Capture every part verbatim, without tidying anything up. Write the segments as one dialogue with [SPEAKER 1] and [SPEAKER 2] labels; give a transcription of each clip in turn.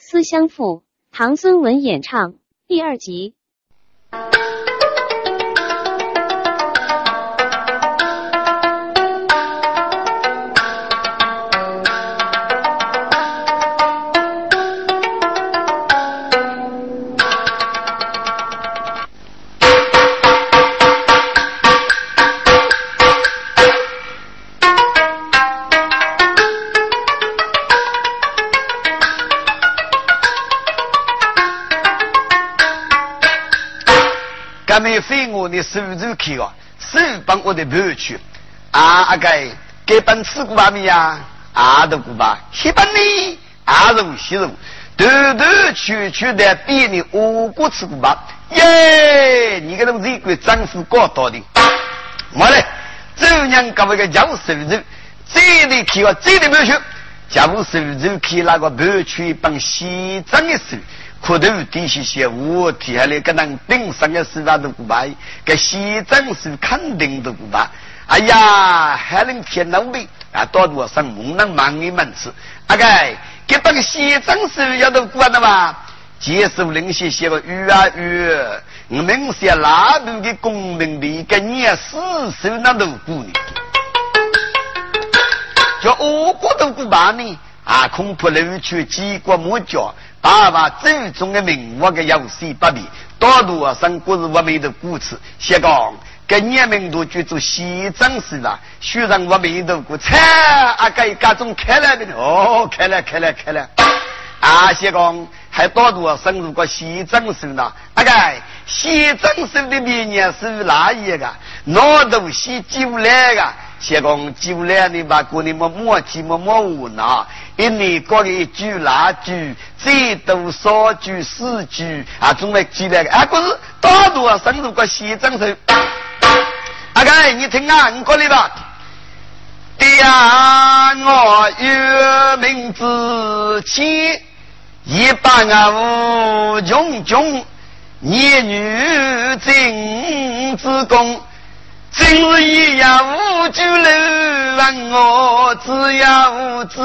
[SPEAKER 1] 思乡赋》唐孙文演唱第二集。
[SPEAKER 2] 咱们飞我的手肘去哦，手帮我的盘去啊！阿该给本吃过吧没呀？啊都过吧，西本呢啊肉西肉，头头去去的比你五谷吃过吧？耶！你个东西给丈夫搞到的，我嘞这样搞一个叫手肘，这里去哦，这里没去，叫手肘去那个盘去帮西藏的手。可头底些些物体还来跟人顶上的事啊都不白，给西藏是肯定都不白。哎呀，还能天老味啊，多多上梦能忙一门子。啊该给把个西藏是要都管了嘛？接受领些些个鱼啊鱼，我们是拉路的公民的一个年四十那都顾呢，叫我国都不白呢。啊，恐怕楼去几国木脚，爸爸最终的名我个游戏不比，多多上过是我们的故事。先讲跟年名都去做西藏事了，虽然我们都过猜啊，该各种开来的哦，开来开来开来。啊，先讲还多多上入过西藏事了，啊该西藏事的明年是哪一个？哪都西九来个？先讲九来你把过你们默契么么无呢？因你过了一句那句，最多少句四句啊，总来记来个啊，可是大多深入个西藏手。阿该你听啊，你过来吧。爹我有名之妻，一般啊无穷穷，一女真之功。今日一样无拘留，问我只要无知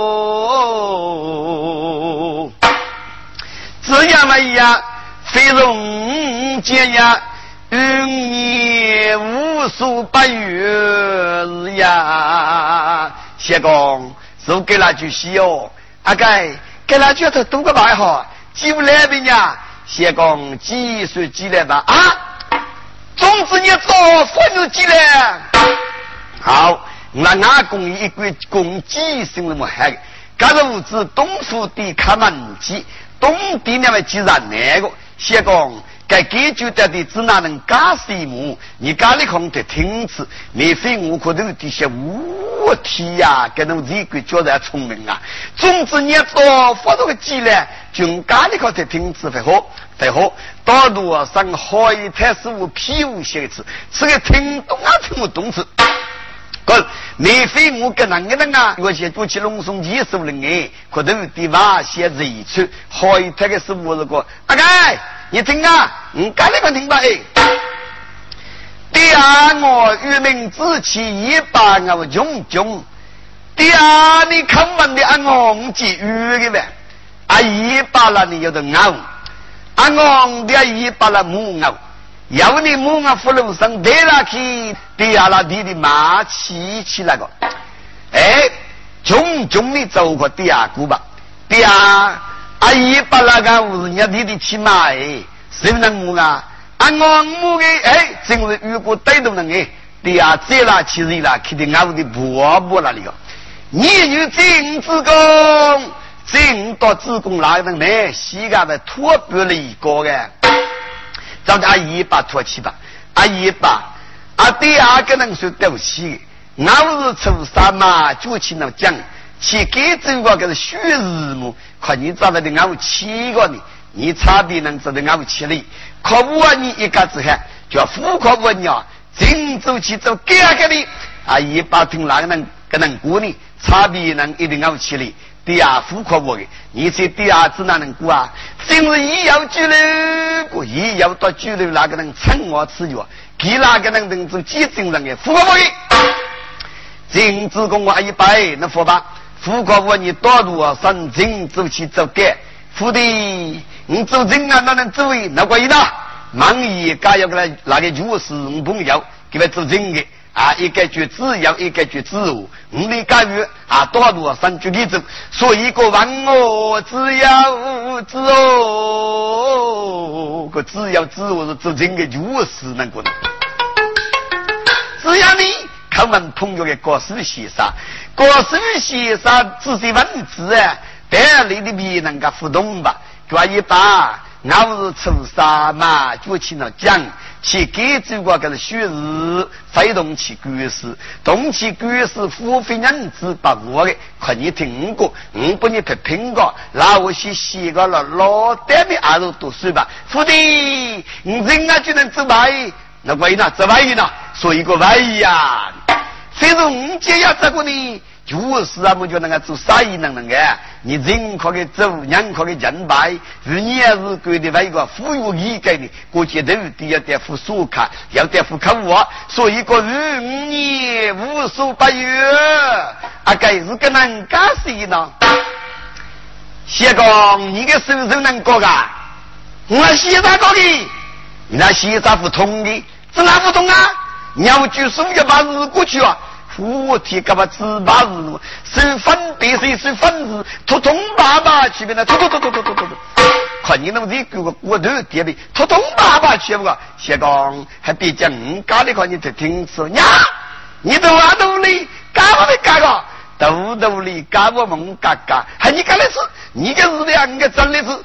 [SPEAKER 2] 哦，只要么呀，非容见呀，云年无数八月呀，谢公说给那句戏哦，阿该给那句他读个白好，记不来的呀，谢公几岁记来吧啊。总之你做分就进来好，那阿公一个公鸡生了么还刚才物质东府地看满鸡东地那么既然那个先讲该给就得的只哪能干什么你干的空的停止你非我可能这些无题呀跟侬这个觉得聪明啊总之你做分这个鸡呢就干的空的停止会好最后大多上好一台事物屁股写字这个听懂啊听不懂字哥你非我跟人人啊我写过去龙松几十人哎可能地方写字一出好一台个事物这个大概你听啊你赶紧听吧哎第二我与民之气一般我穷穷第二你看完的按我记语的呗啊一般了你有的熬安昂的一把了木偶，要你木偶扶楼上得了去，地下了地的马起起来个，哎，种种的走过地下谷吧，地下啊一把那个五十年地的起码哎，谁能木啊？安昂木的哎，正是如果带动人哎，地下这啦其实啦，去的熬的婆婆那里个，你有政治工。正到自贡来的呢，西干的脱别了一个的，找阿姨把脱起吧，阿姨把阿第二个人说对不起，我是初三嘛，就去那讲，去给这个个是虚日么？看你找到的我七个呢，你差别能找到我七里，可我你一个之后叫富可我鸟，真走去走第二个的，阿姨把听哪个人跟人过呢？差别能一定我七里。第二富可我的，你这第二只哪能过啊？正是一要拘留，过一要到拘留那个人趁我吃药，给那个人等做几正人的富可我的。政治公我一百那佛吧，富可我你多多上政走去走改， 府的你做人啊，哪能做为那个一呐？忙也该要给他那个就是朋友给他做人的啊，一个就自由，一个就自由。我们干预啊，多多三句例子，所以个万我自由自由，个自由自由是做人的就是那个。只要你看我们朋友的国师先生，国师先生仔细文字啊，带来的别人个互动吧，就一把。我是初三嘛，就去那讲，去给这个个学日非动起故事，动起故事付费人子把我的，看你听过，我不你批评过，那我去写个了老带的儿子读书吧，父的，你人啊就能走歪，那为呢走歪呢，说一个歪呀，非说我这样这个呢。就是啊，我就那个做生意能能个，你人可以走，人可以人白，与你也是规定为一个服务业给你，国际都得要得付数卡，要得付客户，所以个与你无数百元，啊，该是个能干谁呢？谢公，你的手手能过个？我西沙过的，你那西沙不通的，是哪不通啊？你要举手要把日过去啊！我提干嘛自把日是分别谁是分子突通爸爸去边的突突突突突突突看你那么这个我都点的突通爸爸去不个谢公还别讲家里看你在听说呀你都啊都里干我的干个都都里干我们嘎嘎还你干的是你个是两个真的是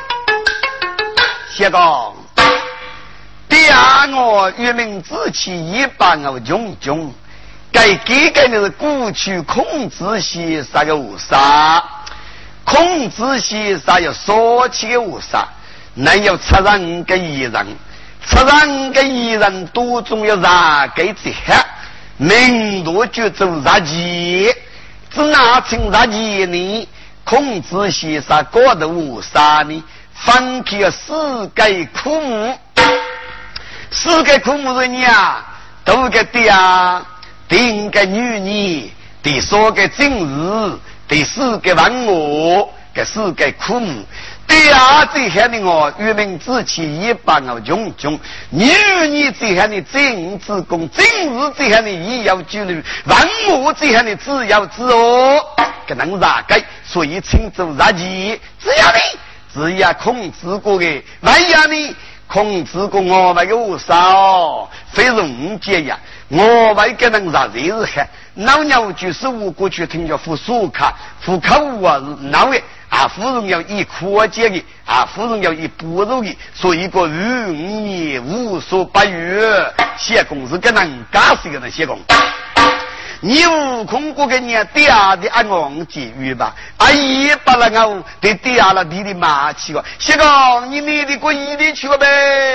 [SPEAKER 2] 谢公第二我原名自起一般我炯炯该给给你是过去孔子先生的五杀，孔子先生要说起的五杀，那要出人个一人，出人个一人多重要啥给这些，民多就走啥节，只拿清啥节呢？孔子先生搞的五杀呢，翻开四个科目，四个科目人呀，都给对啊。第五个女女，第三个正日，第四个文我，第四个科目。第二这下的我原名自起一般我穷穷，女女这下的正自贡，正日这下的医药纪律，文我这下的自由自我，可能啥个？所以请走啥级？只要你，只要控制过的，万一你。孔子讲我们有少，非容解呀！我们给人啥子是害？老鸟就是我过去听叫付数卡，付客户啊是老的啊，芙蓉要以科技的啊，芙蓉要以般若的，所以个语言无所不语，写工是跟人干死个人写工。你悟空过个年第二的按王解语吧，阿姨把那个对第二了你的马去个，谢个你你的过一的去个呗。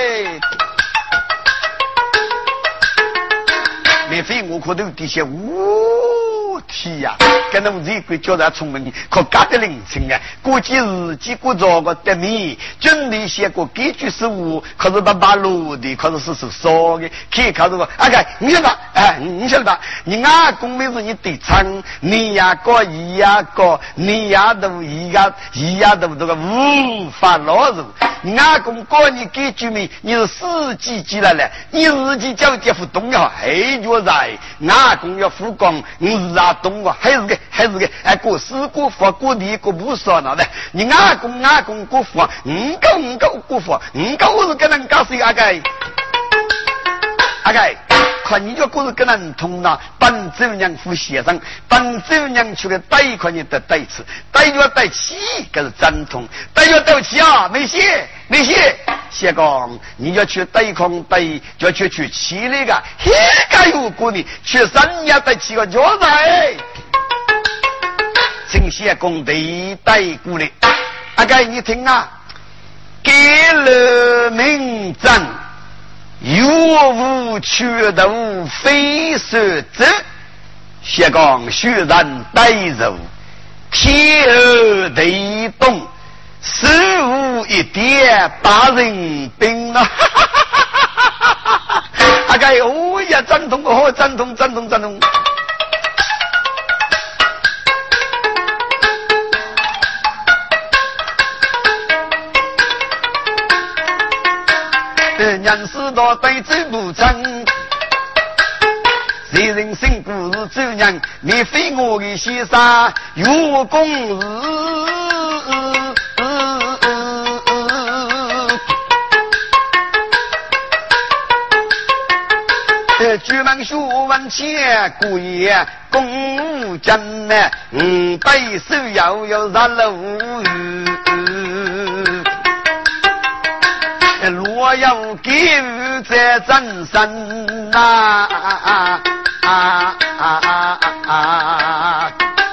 [SPEAKER 2] 免费我可都底下呜天呀，跟他们这个叫他聪明的，可干的灵性啊！过去日记过这个的米，真的写过几句是我，可是把把路的，可是是是说的，可以考这个。啊个，你晓得吧？哎，你晓得吧？你阿公没是你对唱，你呀个一呀个，你呀都一呀一呀都这个无法落入。你阿公告你几句米，你是四季寄来了，你日记叫这副东要黑脚在，阿公要复光，你是啊东啊，还是个还是个哎，过四过佛过地过不说了的，你阿公阿公过佛，五个五个过佛，五个我是跟人告诉阿个，阿个。看你这故事跟人通了，本周娘夫先生，本周娘去的带款你的带词，带着带气，可是真通，带着带气啊，没写没写，谢公，你要去带空带，就要去去气那个，嘿个有过你去三年带气个脚仔，请谢公的带过来，阿该你听啊，给了名证。有无缺的无非是者，先讲虚然带柔，天而地动，事无一点把人病了。阿个哦呀，赞同哦，赞同赞同赞同。 人事多对走不成。谁人生故事周娘，你非我的先生有功事。举门学问切故意公务真呢，嗯，背手要有杀路。若要给予这真身呐啊啊啊啊啊！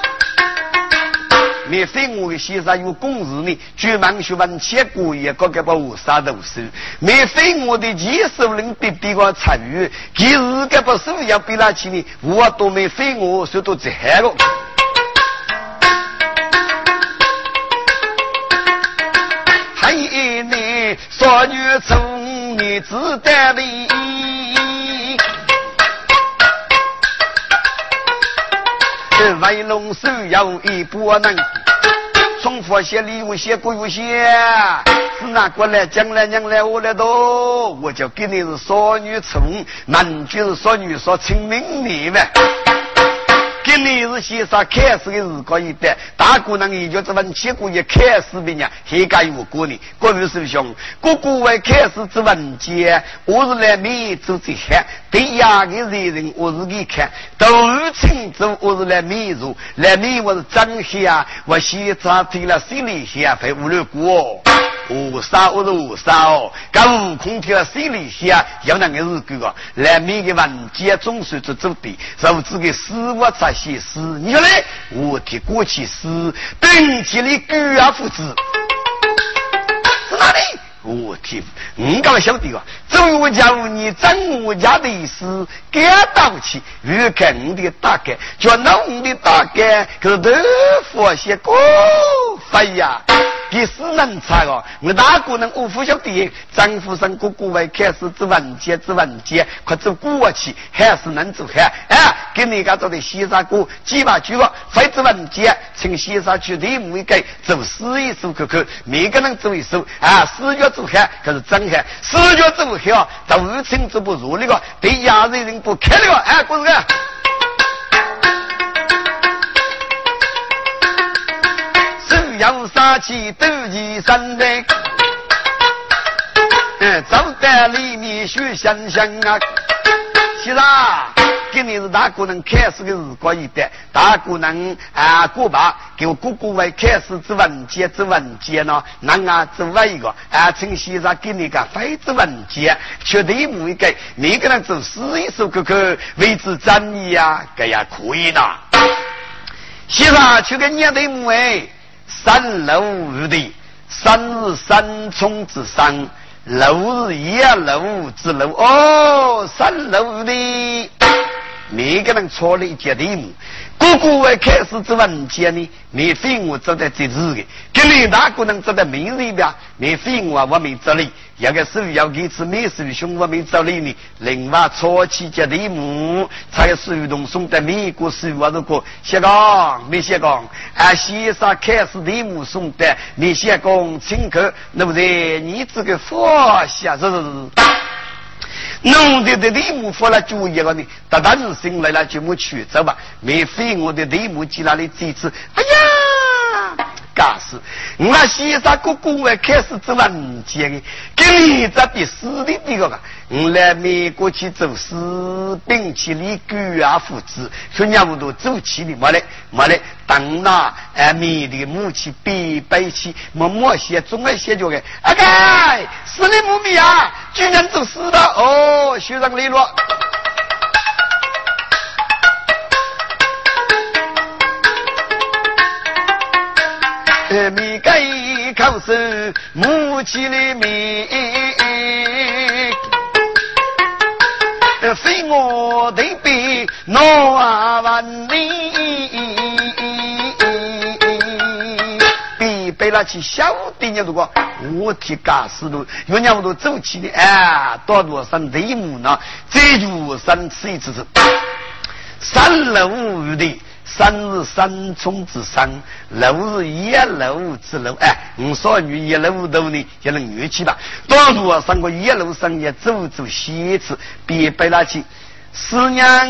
[SPEAKER 2] 你非我的先生有公事呢，举门学问切故意各个把我杀都是。你非我的几首人弟弟个参与，其实个把手要比他起呢，我都没非我说都这个。还有你少女从你自得里，为龙手有一波能。从佛些礼物些贵物些，是拿过来将来娘来我来多，我就给你是少女从，男就是少女说清明你们。给你是先生开始的日高一代，大姑娘也就这份结果也开始的呢，还该有过呢。各位师兄，哥哥为开始之文节，我是来面做这些，对呀的人我是给看，都清楚我是来面做，来面我是真下，我现在听了心里下陪无论过。无啥我是无啥哦，跟悟空听了心里下，要那个日子个，来面的文节总是做做的，受这个死我才写诗，你说嘞？我替过去诗，并且你居啊父子，是哪里？我替你搞晓得个，走我家务你整我家的意思，给到起，越看你的大概，就弄的大概，可是都佛些过飞呀。第四能差哦，我大姑娘无夫晓得，丈夫生哥哥为开始之文节之文节，快走过去还是能走还哎，给你家做的西沙哥几把句个，非之文节，请西沙去题目一个走四一首口口，每个人走一首啊，四脚走还可是真还，四脚走还哦，走无清走不如那个，对亚人人不开了哎，过这个。要杀气斗气三的，嗯，走在里面学香香啊，是啦。今年是大姑娘开始的日过一代，大姑娘啊，过吧，给我姑姑为开始之文节之文节呢，男啊之外一个啊，趁先生给你个非之文节，确定某一个，每个人走四一首歌歌，为之战役啊，这也可以的。先生去给你的母哎。三楼无的，三是三重之三，楼是一楼之楼哦，三楼无的，每个人错了一节题目。哥哥为开始之文节呢，你非我走在这日的，跟你大姑娘走在明日边，你非我我没这里，有个时候要给次没师兄我没这里呢，另外错起节题目，才是动送在美国时我如果写讲没写讲，啊，先生开始题目送的，你写讲请客，那不对，你这个佛下这是。弄的的题目发了注意了呢，他当时来了就没去走吧，没非我的题目记那里几次，哎呀，干死！我先生哥哥为开始做文件的，给你这比死的这个，我来美国去走私，并且你居啊父子，说你不都走起的没嘞没嘞，当那哎美的母亲必背起，默默写总爱写着的，啊该死的母米啊，居然走私的哦，学长雷洛。米盖口是母亲的米，非我的比诺啊万里，比背了起小弟你如果我替嘎死了，有两都走起的哎，多多三题目呢，这就三次一次三楼的。 山是山冲之山，楼是野楼之楼。哎，我说女野楼头呢，也能乐器吧？多数啊，上过野楼上也走走歇次，别背那去。四娘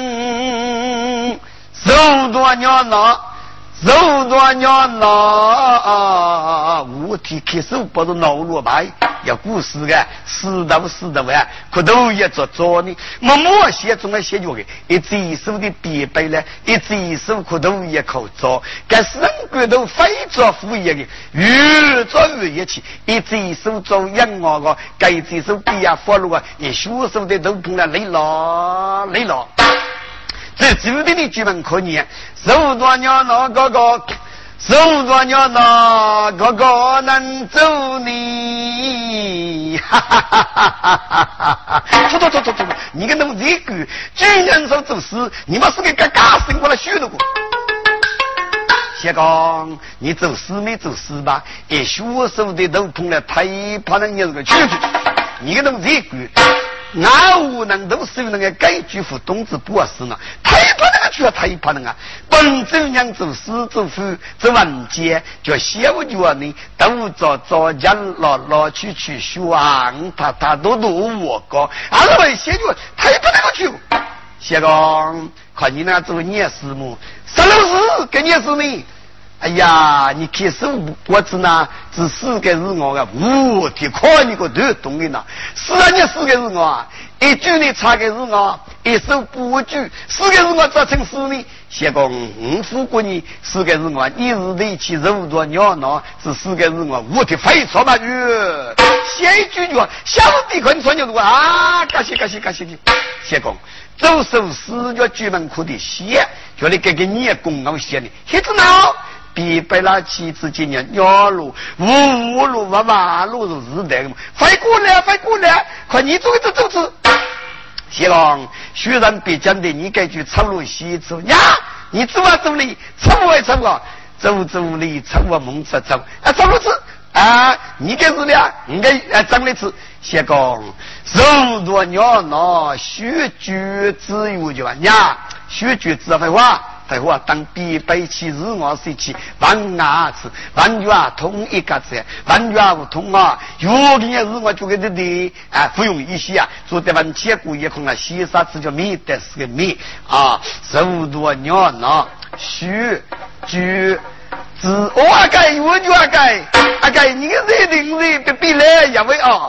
[SPEAKER 2] 手多娘闹，手多娘闹，五体开手不是闹落白。要故事的，死的死的哇，可都也做做呢。默默写中了写着的，一只一手的别背了，一只一手可都也口做。该是人国都非做副业的，越做越一起，一只一手做养我个，该一只手比呀发路啊，也学手的都碰了累了累了。这注定的剧本可念，手多娘那个个。手多娘那个个能走你，哈哈哈哈哈哈！错错错错错！你跟他们这个居然说走私，你们是个嘎嘎生过来学的过。先讲你走私没走私吧？一学手的都碰了太怕人家这个去去，你跟他们这个。那无能都是那个改句副动词不是呢？太怕那个去啊，太怕那个！本正娘走私走夫走完节，叫小脚呢，都做做家老老去去爽，他他都都我个，俺们小脚太怕那个去。先讲看你那做念师母，三老师跟念师呢？哎呀，你开始我只呢，只四个是我的，我的看你个都懂的呢。是啊，你四个是我，一句呢差个是我，一首不句，四个是我做成诗呢。先讲五富过你，四个是我，你是的起肉多鸟闹，是四个是我，我的非常嘛哟。下一句话，小弟看穿就是啊，感谢感谢感谢你。先讲走手诗叫专门课的写，叫你给给你也公告写的，写着呢。比被那妻子今年鸟路五路马马路是日的，快过来快过来，快你做一个走子。谢郎虽然别讲的，你该去抄路西走呀，你走啊走哩，抄啊抄啊，走走哩抄啊蒙抄抄啊抄路子啊，你该是的，你该啊张了子。谢讲肉多鸟闹，血绝自由就完呀，血绝自废话。废话，当必备起日我是起万牙齿，万牙同一个字，万牙不同啊！有的日我就给你的啊，不用一些啊，做的完结果也空了，西沙子叫米的是个米啊，肉多鸟闹，须居子，我阿盖我就阿盖，阿盖你个这顶子别比来也为啊。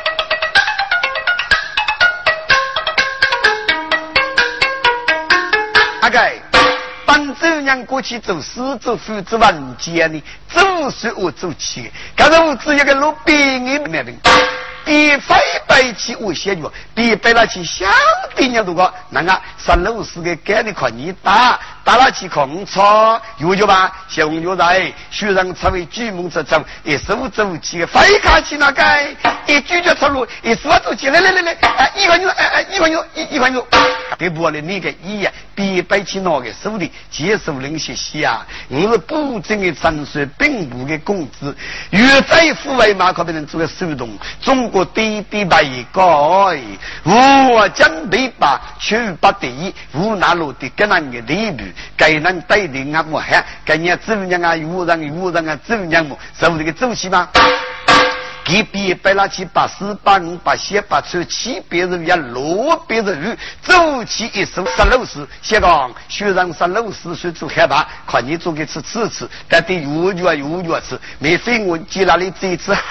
[SPEAKER 2] 阿盖。当这样过去走私走夫走万劫呢，走水我走起，刚才我只有个路边的那边，比非白起我写着，比白了起小弟娘都个，那个三楼四个给你看你打，打了起空操，有就吧，小红就在，虽然成为巨梦之中，一手走起个非看起那个，一举就出路，一手走起来来来来，哎，一块牛，哎哎，一块牛，一一块牛。对不了那个一呀，比白起那个手里接受人学习啊，我是不正的三岁并不的工资，越在户外马可不能做个手动，中国第一第八一个，我将北把全把第一，无拿路的跟那个地步，该能带领啊我还，该人走人啊，有人有人啊走人么，是这个走起吗？给别白拉起把四把五把鞋把车七别人也罗别人走起一手三六十，先讲虽然三六十岁做害怕，看你做给吃吃吃，但对有就啊有就吃，没费我接哪里这一次，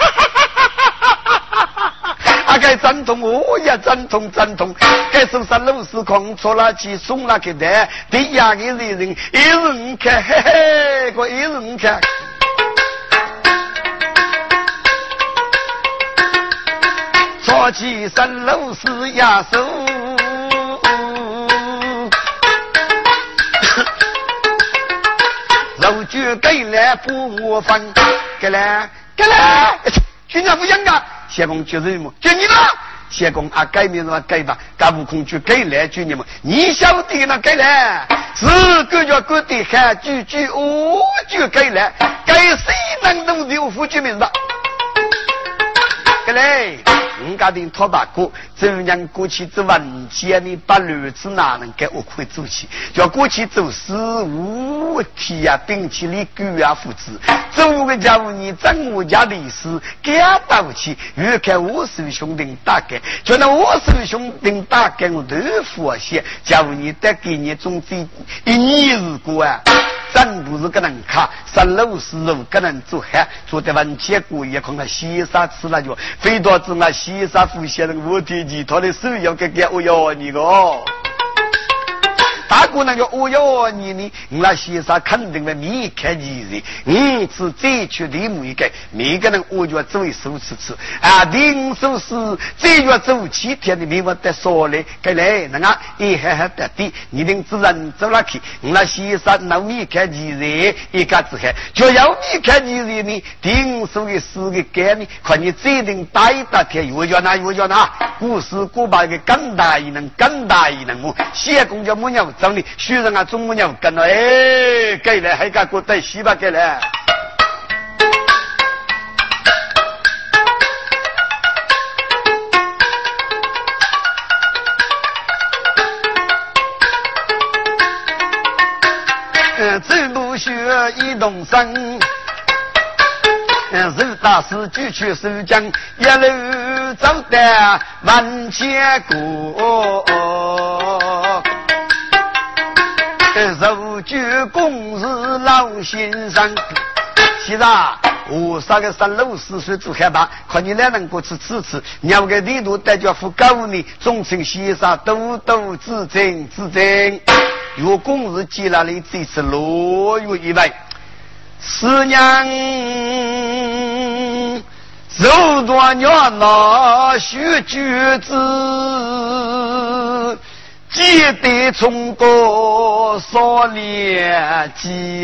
[SPEAKER 2] 啊该赞同我也赞同赞同，该手三六十空错了去送了给的，对呀给人一人看，嘿嘿，我一人看。说起三楼是亚手，肉卷给来不分，给来给来，去年不养啊，先公就是么？就你了，先公啊，改名了改吧，干不空去给来就你们，你晓得那给来，是个叫个的还句句哦就给来，该谁能懂的我夫君名吧？给来。 你家的拖把锅，这样过去这文件你把日子哪能给我会做起？要过去走事无题啊，并且你狗啊父子，走个家务你掌我家历史，给他打不起，越看我是兄弟大概，觉得我是兄弟大概我都佛些，假如你带给你总之一年日过啊。真不是个人看，三六四肉个人做海，做的完结果也看到西沙吃了就，非导致那西沙富先生无天机，他的手要给给我要你个哦。大姑那个我要你呢，那西沙肯定会米开几日，因此这去题目一个，每个人我就要做一手吃吃啊，零手是这要走七天的，没我得说嘞，该来那个一还还得的，你能自然走了去，那西沙那米开几日一个子海，就要米开几日呢，零手的四个概念，看你这定打一打天，又叫哪又叫哪，故事古巴个更大一能更大一能我，谢公叫么样？张力学生啊，中午要跟了，哎，给了还敢过带西吧给了。嗯，走路学一动身。嗯，手打死举去手将一路走的万千过。受举公是老先生，其实啊，我三个三六四岁做害怕，看你两人过去吃吃，两个地图大家副高呢，众生先生都都自证自证，有公是接了你这次落入以外，四娘手多娘那许举子。记得从过少年记，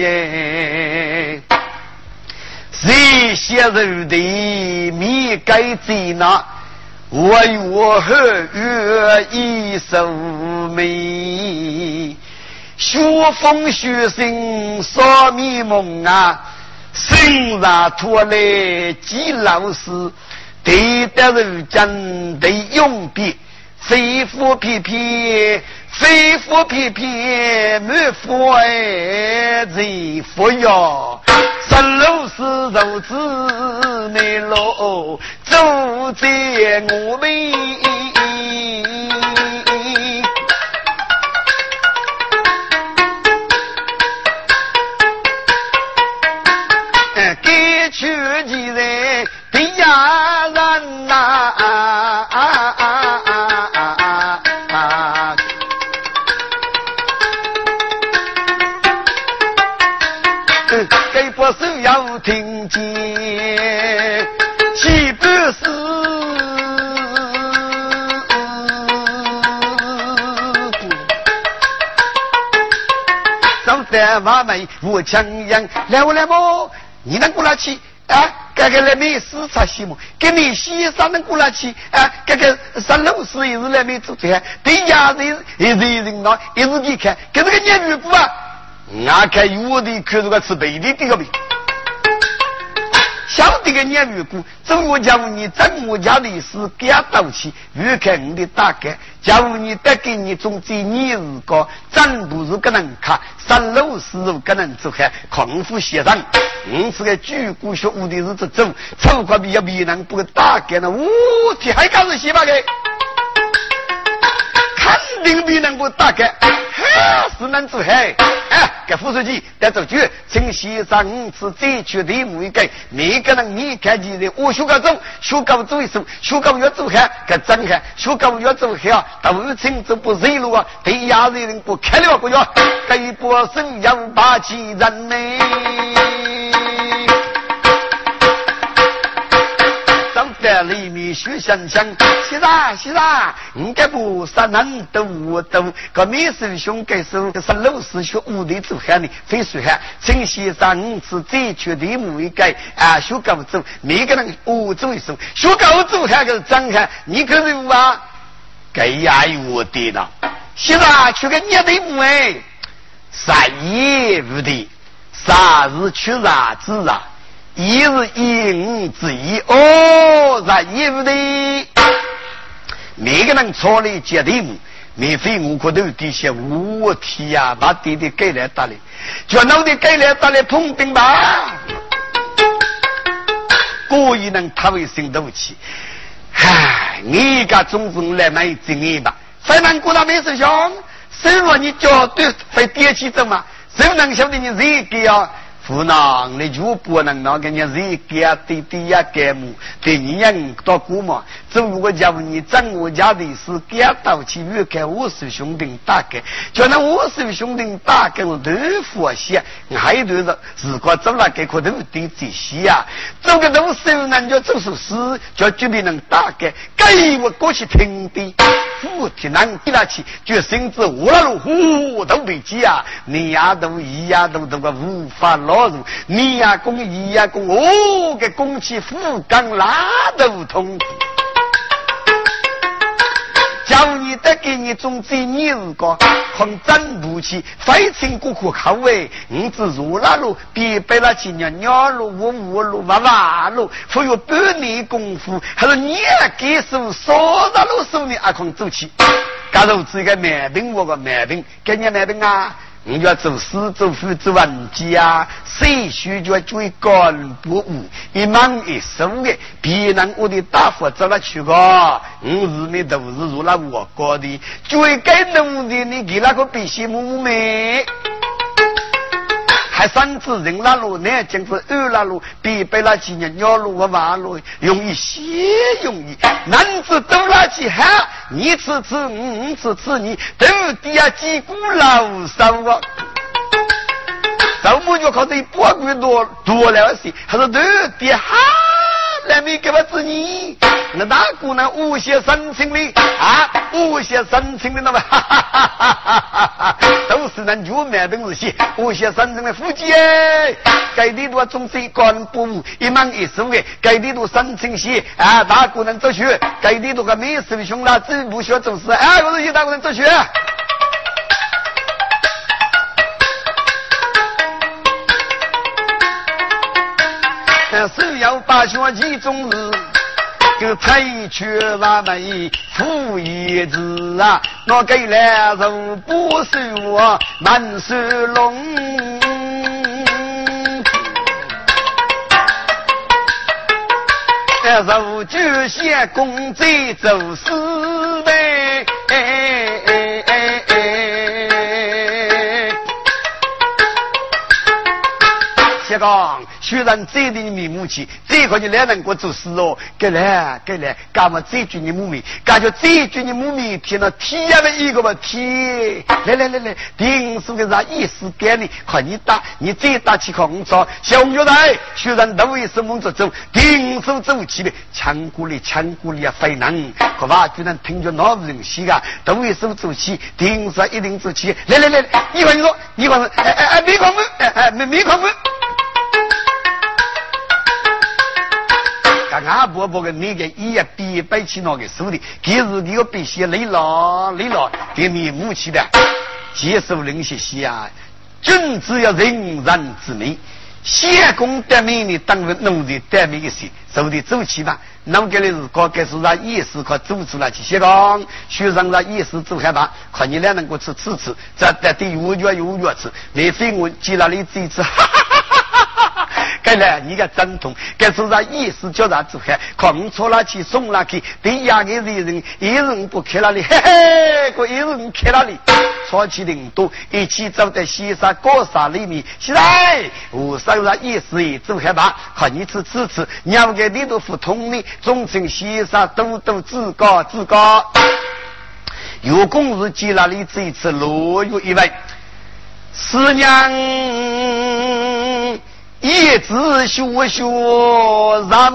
[SPEAKER 2] 谁写肉的米该在那？为我和月一首美，学风学生少迷蒙啊，生ra拖来几老师，对的人讲得用笔。非佛皮皮，非佛皮皮，没佛哎，人佛哟。三楼是肉子内楼，走在我们。给去几人的呀人呐、啊啊啊给不是要听见，岂不是走在马尾我强样来我来么？你能过来去啊？这个来没视察西么？给你西山能过来去啊？这个三六四一日来没做这样，对呀人一日人呢，一日去看，给这个年月不啊？我看有的看这个吃白的这个病，晓得个年月股，这我假如你在我家里是给他道歉，越看你的大概，假如你带给你总之你日高，真不是个人看，三六四五个人做开，康复协商，你是个举国学务的日子走，超过比较比人不大概呢，五天还敢是西巴给。肯定比能够大概，是能做嘿。哎，给副书记带走去，请先生是这区题目一个，每个人你看几人，我学高中，学高做一手，学高要做海，给真海，学高要做海啊，都请这不热路啊，对亚人人不开了不要，给波生要把起人呢。在里面学想想，是啊是啊，应该不三难都我都个美师兄给手是老师学武的做汉呢，非说汉陈先生是最缺的某一个啊，学高走每个人我做一手，学高走汉个张汉，你可是啊，该爱我的了，是啊，去个你的母哎，啥也不的，啥日去啥子啊？一日一五之一哦，咱也不得。 每个人错了决定，免费我可都底下我提呀，把弟弟给来打理，就脑袋给来打理碰钉吧，故意能他为心斗气。唉，你个总总来买经验吧，非难过他没事想，谁说你绝对会跌起走嘛？谁能晓得你这个啊？不能，你就不能那个人谁给啊对对呀给母，对你人到古嘛？走如果假如你掌握家的是给啊到去越看我是兄弟大概，就那我是兄弟大概我都佛些，还有就是如果走了给可都对这些呀，走个都是人就走出事，就决定能大概，给我过去听的，不听难给他去，就甚至我那路呼都被挤啊，你呀都一呀都都个无法落。你呀公一呀公哦个公气富刚拉都通，叫你得给你种子你如果很真不起非情顾客口味你只如那路别被那几年鸟路我我路娃娃路会有半年功夫还是你给手说那路手你阿空走起假如这个毛病我个毛病给你毛病啊你要走私走私走完机啊谁需就要追赶不误一忙一手的别人我的大佛走了去个我日你都是如了我过的追赶弄的你给那个必须母妹还三次人拉路呢真是二拉路比被那几年鸟路和马路容易些容易男子都拉起哈你吃吃五吃吃你都底下几股老手啊手不就靠这一波鬼多多了些还是都底下来没给我子你那大姑娘无些深情的啊无些深情的那么哈哈哈哈哈哈都是人就买东西无些深情的夫妻哎该地多中西干部一忙一手的该地多深情些啊大姑娘走学该地多个没事兄啦自不学走事啊我是一大姑娘走学是要把学集中日个采取完美富一子啊我给来肉不是我满是龙肉就些公贼走私呗哎哎哎哎谢刚虽然这里面母亲这个你来人国做事哦给来给来干嘛这句你母亲感觉这句你母亲听了天的一个吧天来来来来定数个啥意思给你看你打你这打起空操小牛来虽然都为什么走走定数走起的强鼓励强鼓励啊非能可吧居然听着那人戏啊都为什么走起定数一定走起来来来你看你说你看哎哎哎没看我哎哎没没看我阿伯伯个那个一夜比白起那个手的其实你要必须累了累了给你母亲的接受人些些啊君子要人然之美先公得命你当然弄的得命一些手的走起吧那么给你是搞个是让意识可走出来去先讲学生让意识走开吧看你俩能够吃吃吃这得得有月有月吃你非我记了你自己吃哈哈该来你个真痛该说啥意思叫他走开空错了去送了去对呀个人一人不开那里嘿嘿个一人开那里说起领导一起走在西沙高沙里面现在我说啥意思走开吧看你吃吃吃你要给你都不同的中正西沙都都自高自高有功是记了你这一次落入一位师娘一直学学让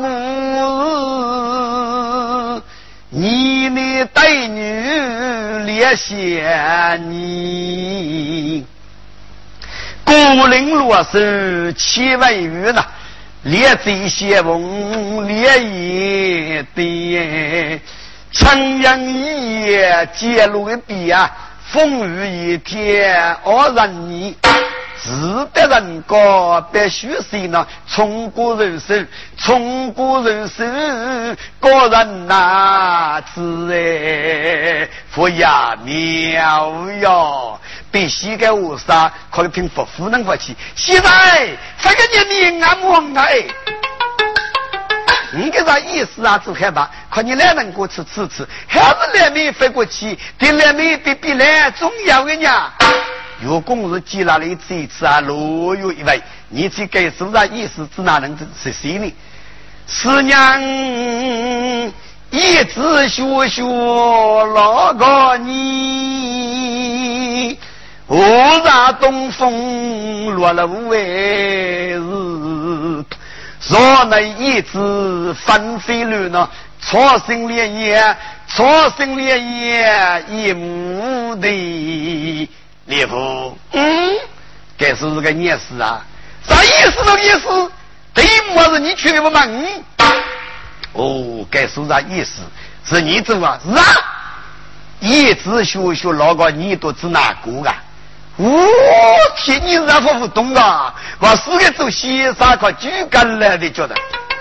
[SPEAKER 2] 你的带女列些你孤零落是七万余呢列这些翁列一的长阳一夜揭露的笔啊风雨一天偶然你自得人高必须是呢，从古人生，从古人生，个人哪知哎，佛呀妙哟，必须给我杀，可以凭佛夫能佛气。现在这个年龄啊，忙哎。你给他意思啊，就害怕，可你来能过去吃吃，还是来没飞过去，对来没比比来重要的呀。有功是积拉了一次一次啊，路有一位，你去给手上意思，只哪能是谁呢？师娘一直学学那个你，我让东风落了五位日。若能一直翻飞了呢，错心连夜，错心连夜，一目的列夫，嗯，这是个意思啊？啥意思的意思？对么是你去的不忙？哦，这是啥意思？是你走啊？是啊，一直学学那个你都知哪个啊？我天，你是不不懂啊！我四个走西沙可举干了的，觉得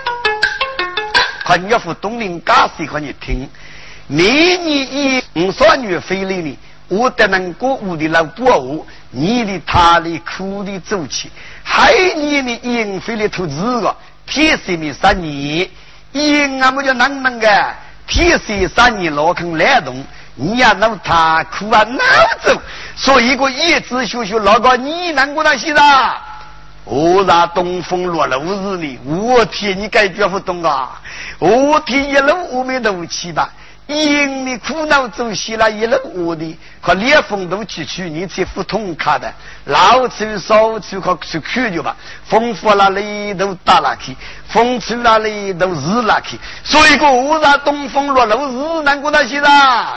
[SPEAKER 2] 看你要不懂你干谁看你听，你你一五少女飞来呢，我得能过屋的老伯我，你的他的苦的走起，还你的应飞的投资个，天生的三年，应俺们就能能个，天生三年老坑来动。你呀，那他苦啊，脑走，所以个一直学学那个你难过那些啦。我让东风落了五日里，我天，你该觉不懂啊！我天，一路我们都去吧，因你苦恼走西了，一路我的，可烈风都去去，你去不通卡的，老去少去可去去就吧，风拂那里都打了去，风吹那里都日了去，所以个我让东风落了五日难过那些啦。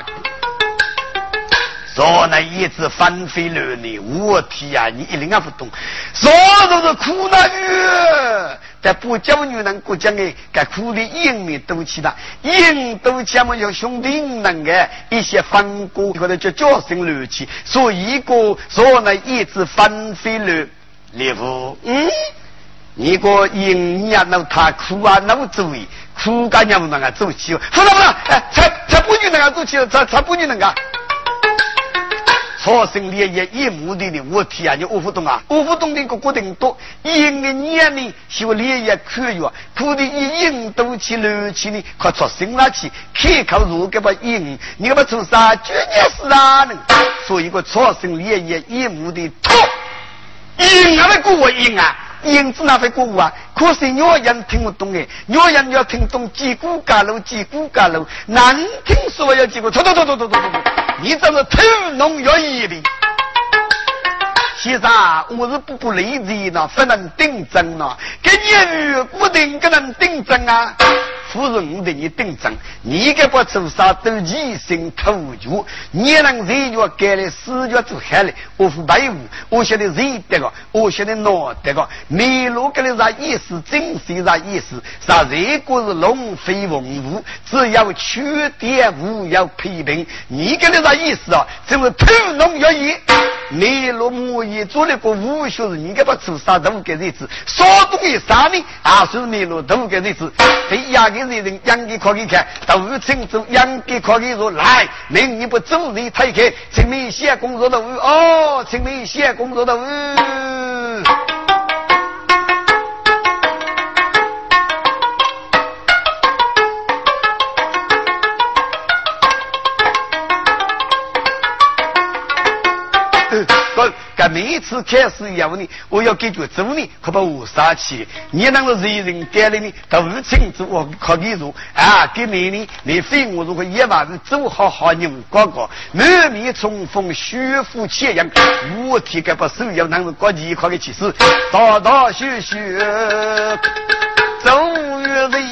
[SPEAKER 2] 说那一直翻飞了你，我天呀，你一定要不懂，说都是苦恼语，但不教女人不讲的，该苦的硬面都起了，硬都起嘛有兄弟能个一些反过或者叫叫声乐器，所以个说那一直翻飞了，列夫，嗯，你个硬呀，那他苦啊，那么注意，苦干娘不能够走起，不能不能，哎，才才不女能够走起，才才不女能够。错生烈也一目的呢，我天啊，你我不懂啊，我不懂的个决定多，因个年龄修烈也可以啊，苦的一应都去流去呢，可错生了去，开口如个把应，你个把做啥绝对是啊呢？所以个错生烈也一目的错，应啊，那个我应啊。因子那会过啊，可是鸟人听不懂哎，鸟人要听懂几股嘎楼几股嘎楼，难听说要几股，错错错错错错错，你这是偷农有意的。其实啊，我是不不理解呢，不能定真呢，跟你不定跟人定真啊。夫人的你定真，你给把做啥都一心投入，你能人家给了死就做海了，我不白无，我现在人这个，我现在脑这个，没路给了啥意思，真是啥意思？啥这个是龙飞凤舞，只要缺点无要批评，你给了啥意思啊？真是偷农有意。没路木也做了个武学是，你给把做啥都给日子，说东西啥呢？啊，是没路都给日子，被压给人养给可以看，都清楚养给可以说来，明你不走你太开，请你写工作的哦，请你写工作的嗯。该每一次开始以后呢，我要解决走呢，可把我杀起。你那个人人改了呢，都不清楚我可以说啊，给你呢，你非我如果一晚上走好好牛高高，满面冲锋，血肤切阳，我体该把手要能够国际可以起势，大大血血走越人。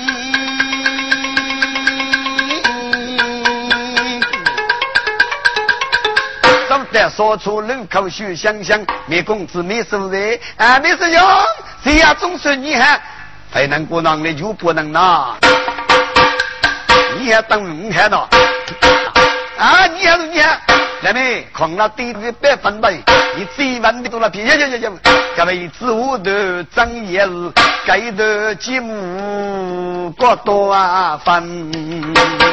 [SPEAKER 2] 再说出人口血香香，没工资没收入啊，没事用，谁呀总是你还才能过能力就不能拿，你还等你还呢啊，你还是你还那么看了第一百分百，你最晚的多了皮呀呀呀呀！各位自我的张也是该的节目过多啊分。